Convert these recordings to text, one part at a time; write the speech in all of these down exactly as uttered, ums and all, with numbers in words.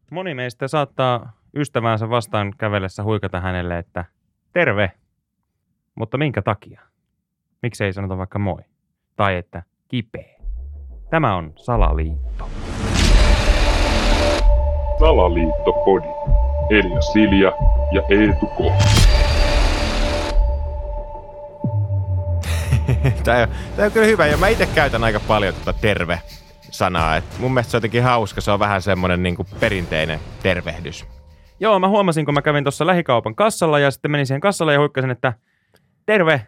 Moni meistä saattaa ystävänsä vastaan kävellessä huikata hänelle, että terve, mutta minkä takia? Miksi ei sanota vaikka moi? Tai että kipeä. Tämä on Salaliitto. Salaliitto-podi. Elia Silja ja Eetu K. Tämä on, tämä on kyllä hyvä, ja mä itse käytän aika paljon tätä terve-sanaa. Et mun mielestä se on jotenkin hauska, se on vähän semmoinen niin kuin perinteinen tervehdys. Joo, mä huomasin, kun mä kävin tuossa lähikaupan kassalla ja sitten menin siihen kassalle ja huikkasin, että terve.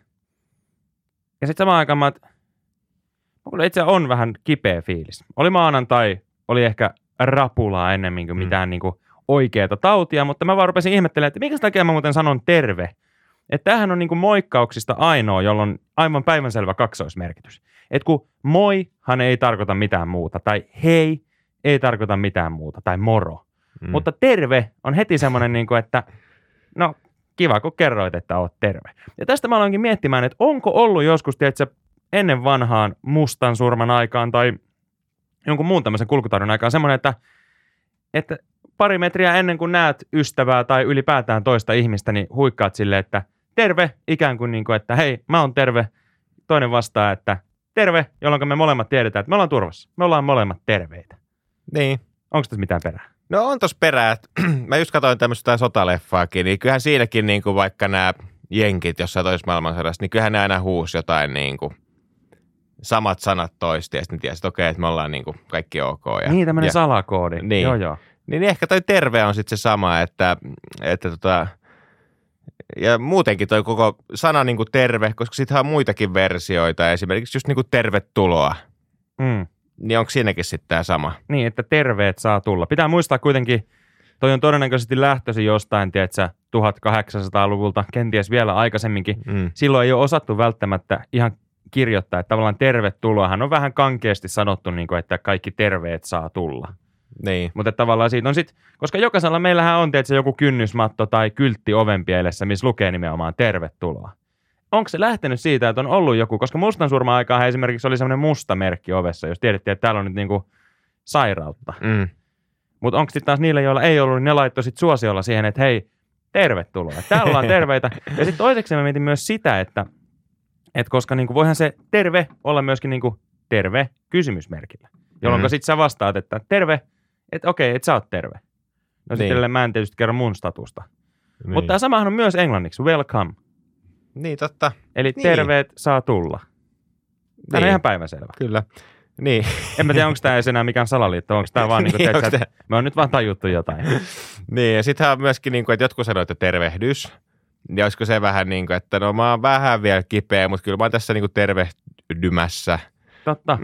Ja sitten samaan aikaan mä, että mulla itse on vähän kipeä fiilis. Oli maanantai, oli ehkä rapulaa ennemmin kuin mitään mm. niin kuin oikeata tautia, mutta mä vaan rupesin ihmettelemään, että minkä takia mä muuten sanon terve. Että tämähän on niin kuin moikkauksista ainoa, jolla on aivan päivänselvä kaksoismerkitys. Että kun moihan ei tarkoita mitään muuta, tai hei ei tarkoita mitään muuta, tai moro. Mm. Mutta terve on heti semmoinen, niin kuin, että no kiva, kun kerroit, että oot terve. Ja tästä mä aloinkin miettimään, että onko ollut joskus, tiedätkö, ennen vanhaan mustan surman aikaan tai jonkun muun tämmöisen kulkutaudon aikaan semmoinen, että, että pari metriä ennen kuin näet ystävää tai ylipäätään toista ihmistä, niin huikkaat silleen, että terve, ikään kuin, niin kuin että hei, mä oon terve. Toinen vastaa, että terve, jolloin me molemmat tiedetään, että me ollaan turvassa. Me ollaan molemmat terveitä. Niin. Onko tässä mitään perää? No on tossa perää. Mä just katsoin tämmöistä sotaleffaakin, niin kyllähän siinäkin niin kuin vaikka nämä jenkit jossain toisessa maailmansodassa, niin kyllähän ne aina huusi jotain niin kuin samat sanat toista, ja sitten tiesi, että okei, että me ollaan niin kuin kaikki ok. Ja, niin, tämmöinen ja, salakoodi. Niin. Joo, joo. Niin ehkä toi terve on sitten se sama, että, että tota, ja muutenkin toi koko sana niin kuin terve, koska sittenhän on muitakin versioita, esimerkiksi just niin kuin tervetuloa. Mm. Niin onko siinäkin sitten tämä sama? Niin, että terveet saa tulla. Pitää muistaa kuitenkin, toi on todennäköisesti lähtöisin jostain, tiedätkö, tuhatkahdeksansataaluvulta, kenties vielä aikaisemminkin. Mm. Silloin ei ole osattu välttämättä ihan kirjoittaa, että tavallaan tervetuloahan on vähän kankeasti sanottu, niin kuin, että kaikki terveet saa tulla. Niin. Mutta tavallaan siitä on sitten, koska jokaisella meillähän on tiedätkö, joku kynnysmatto tai kyltti ovenpielessä, missä lukee nimenomaan tervetuloa. Onko se lähtenyt siitä, että on ollut joku, koska mustan surma-aikaan esimerkiksi oli semmoinen musta merkki ovessa, jos tiedettiin, että täällä on nyt niinku sairautta. Mm. Mutta onko sitten taas niille, joilla ei ollut, niin ne laittoi sitten suosiolla siihen, että hei, tervetuloa. Täällä ollaan terveitä. Ja sitten toiseksi mä mietin myös sitä, että, että koska niinku voihan se terve olla myöskin niinku terve kysymysmerkillä, jolloin mm. sitten sä vastaat, että terve, että okei, että sä oot terve. No niin. Sitten mä en tietysti kerro mun statusta. Niin. Mutta tämä samahan on myös englanniksi, welcome. Niin, totta. Eli niin. terveet saa tulla. Tämä niin. on ihan päivänselvä. Kyllä. Niin. En mä tiedä, onko tämä enää mikään salaliitto, onko tämä vaan niin kuin, teetkö, että me on nyt vaan tajuttu jotain. Niin, ja sittenhän on myöskin, niin kuin, että jotkut sanoo, että tervehdys. Ja olisiko se vähän niin kuin, että no mä oon vähän vielä kipeä, mutta kyllä mä oon tässä niin kuin tervehdymässä. Totta.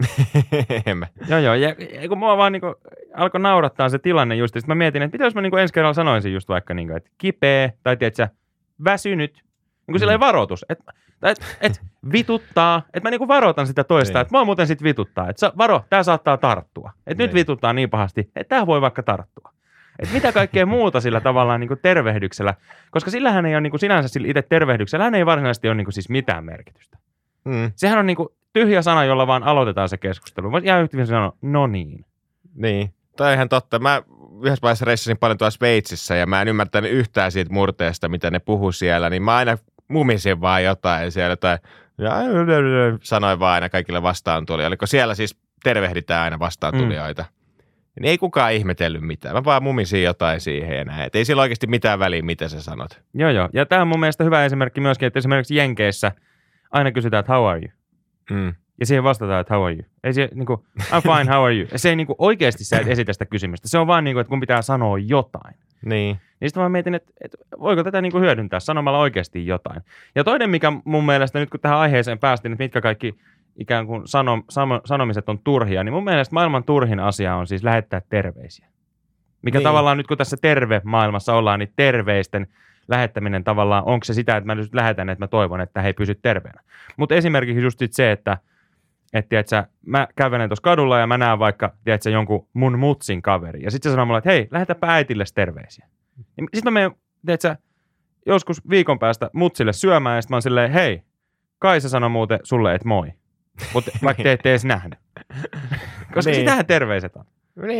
joo, joo. Ja, ja kun mua vaan niin kuin alkoi naurattaa se tilanne just, ja sitten mä mietin, että mitä jos mä niin kuin ensi kerralla sanoisin just vaikka, niin kuin, että kipeä, tai tiedätkö, väsynyt. Niin kuin silleen varoitus, että et, et vituttaa, että mä niinku varoitan sitä toista, niin. Että mua muuten sit vituttaa, että varo, tää saattaa tarttua. Että nyt vituttaa niin pahasti, että tää voi vaikka tarttua. Että mitä kaikkea muuta sillä tavallaan niinku tervehdyksellä, koska sillähän ei ole niinku sinänsä sillä itse tervehdyksellä, hän ei varsinaisesti ole niinku siis mitään merkitystä. Mm. Sehän on niinku tyhjä sana, jolla vaan aloitetaan se keskustelu. Mä ihan yhtä sanoa, no niin. Niin, toi on ihan totta. Mä yhdessä vaiheessa reissasin paljon tuolla Sveitsissä ja mä en ymmärtänyt yhtään siitä murteesta, mitä ne puhu siellä, niin mä aina mumisin vaan jotain siellä tai ja sanoin vaan aina kaikille vastaantulijoille, kun siellä siis tervehditään aina vastaantulijoita. Mm. Niin ei kukaan ihmetellyt mitään. Mä vaan mumisin jotain siihen ja näin. Et ei sillä oikeasti mitään väliä, mitä sä sanot. Joo, joo. Ja tämä on mun mielestä hyvä esimerkki myöskin, että esimerkiksi Jenkeissä aina kysytään, että how are you? Mm. Ja siihen vastataan, että how are you? Ei se, niin kuin, I'm fine, how are you? Ja se ei niin kuin, oikeasti sä et esitä sitä kysymystä. Se on vaan niin kuin, että kun pitää sanoa jotain. Niin. Niin sitten mä mietin, että, että voiko tätä niin kuin hyödyntää sanomalla oikeasti jotain. Ja toinen, mikä mun mielestä nyt kun tähän aiheeseen päästiin, että mitkä kaikki ikään kuin sano, sano, sanomiset on turhia, niin mun mielestä maailman turhin asia on siis lähettää terveisiä. Mikä niin. Tavallaan nyt kun tässä terve-maailmassa ollaan, niin terveisten lähettäminen tavallaan, onko se sitä, että mä nyt lähetän, että mä toivon, että he pysy terveenä. Mutta esimerkiksi just se, että että tiedätkö, mä kävelen tuossa kadulla ja mä näen vaikka tiedätkö, jonkun mun mutsin kaveri. Ja sitten se sanoo mulle, että hei, lähetäpä äitille terveisiä. Sitten mä menen, tiedätkö, joskus viikon päästä mutsille syömään ja sitten mä oon silleen, hei, Kaisa sanoi muuten sulle, että moi. Mutta vaikka te ette edes nähnyt. Koska niin. Sitähän terveiset on. Niin.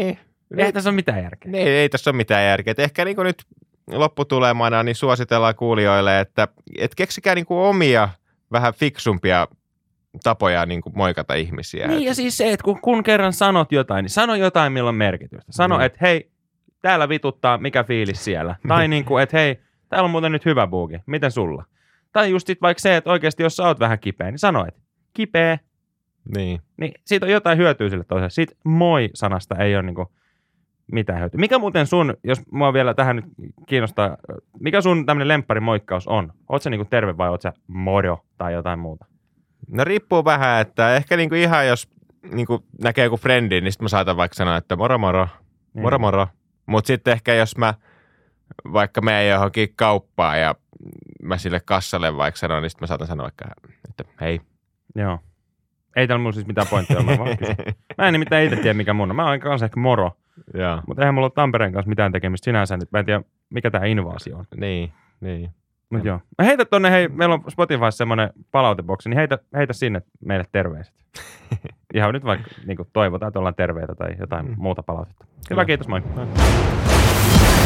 Ei tässä ole mitään järkeä. Ei, ei tässä ole mitään järkeä. Et ehkä niin kuin nyt lopputulemana niin suositellaan kuulijoille, että et keksikää niin kuin omia vähän fiksumpia tapoja niin kuin moikata ihmisiä. Niin ja siis se, että kun, kun kerran sanot jotain, niin sano jotain, millä on merkitystä. Sano, mm. että hei, täällä vituttaa, mikä fiilis siellä. Tai niin kuin, että hei, täällä on muuten nyt hyvä buugi. Miten sulla? Tai just sit vaikka se, että oikeasti jos sä oot vähän kipeä, niin sano, että kipeä. Niin. Niin siitä on jotain hyötyä sille toiselle. Siitä moi-sanasta ei ole niinku mitään hyötyä. Mikä muuten sun, jos mua vielä tähän nyt kiinnostaa, mikä sun tämmöinen lemppari-moikkaus on? Oot sä niinku terve vai oot sä moro tai jotain muuta? No riippuu vähän, että ehkä niinku ihan jos niinku näkee joku friendi, niin sitten mä saatan vaikka sanoa, että moro moro, moro Niin. moro. Mutta sitten ehkä jos mä vaikka menen johonkin kauppaan ja mä sille kassalle vaikka sanon, niin sitten mä saatan sanoa vaikka, että hei. Joo. Ei täällä mulla siis mitään pointtia ole, mä vaan kysyn. Mä en nimittäin itse tiedä mikä mun on. Mä oon kanssa ehkä moro, Joo. mutta eihän mulla ole Tampereen kanssa mitään tekemistä sinänsä nyt. Mä en tiedä mikä tää invaasio on. Niin, niin. Mut joo. Mä heitä tonne, hei, meillä on Spotifyssa semmonen palauteboksi, niin heitä, heitä sinne meille terveiset. Ihan nyt vaikka niin toivotaan, että ollaan terveitä tai jotain muuta palautetta. Hyvä, kiitos, moi.